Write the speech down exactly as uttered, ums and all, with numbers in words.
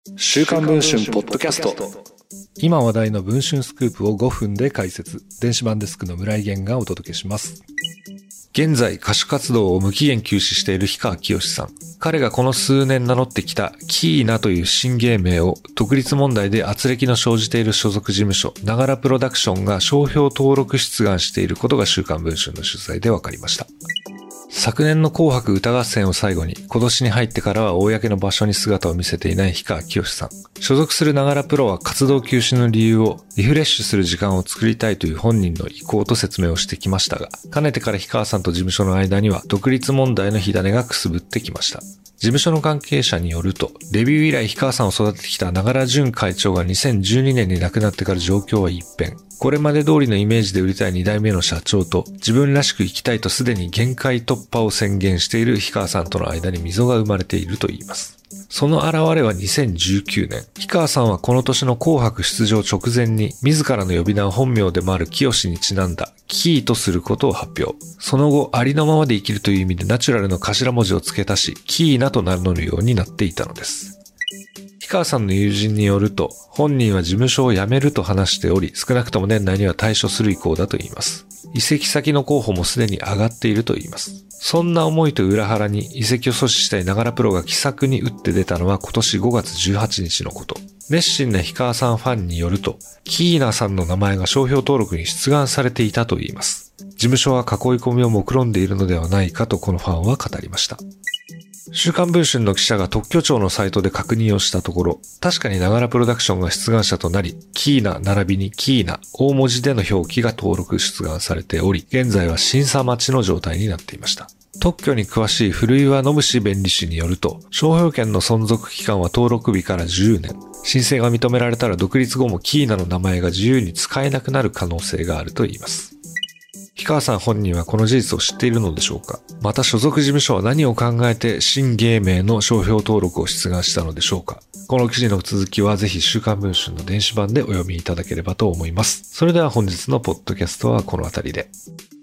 週刊文春ポッドキャスト。 今話題の文春スクープをごふんで解説。電子版デスクの村井源がお届けします。現在歌手活動を無期限休止している氷川きよしさん。彼がこの数年名乗ってきたキーナという新芸名を独立問題で圧力の生じている所属事務所ながらプロダクションが商標登録出願していることが週刊文春の取材で分かりました。昨年の紅白歌合戦を最後に今年に入ってからは公の場所に姿を見せていない氷川きよしさん。所属するながらプロは活動休止の理由をリフレッシュする時間を作りたいという本人の意向と説明をしてきましたが、かねてから氷川さんと事務所の間には独立問題の火種がくすぶってきました。事務所の関係者によると、デビュー以来氷川さんを育ててきたながら淳会長がにせんじゅうにねんに亡くなってから状況は一変。これまで通りのイメージで売りたいに代目の社長と自分らしく生きたいとすでに限界突破を宣言している氷川さんとの間に溝が生まれているといいます。その現れはにせんじゅうきゅうねん。氷川さんはこの年の紅白出場直前に自らの呼び名を本名でもある清にちなんだキーとすることを発表。その後ありのままで生きるという意味でナチュラルの頭文字を付け足しキーナと名乗るようになっていたのです。氷川さんの友人によると、本人は事務所を辞めると話しており、少なくとも年内には退所する意向だと言います。移籍先の候補もすでに上がっていると言います。そんな思いと裏腹に移籍を阻止したいながらプロが奇策に打って出たのは今年ごがつじゅうはちにちのこと。熱心な氷川さんファンによると、キーナさんの名前が商標登録に出願されていたと言います。事務所は囲い込みを目論んでいるのではないかとこのファンは語りました。週刊文春の記者が特許庁のサイトで確認をしたところ、確かにながらプロダクションが出願者となり、キーナ並びにキーナ大文字での表記が登録出願されており、現在は審査待ちの状態になっていました。特許に詳しい古岩信氏弁理士によると、商標権の存続期間は登録日からじゅうねん。申請が認められたら独立後もキーナの名前が自由に使えなくなる可能性があるといいます。氷川さん本人はこの事実を知っているのでしょうか。また所属事務所は何を考えて新芸名の商標登録を出願したのでしょうか。この記事の続きはぜひ週刊文春の電子版でお読みいただければと思います。それでは本日のポッドキャストはこの辺りで。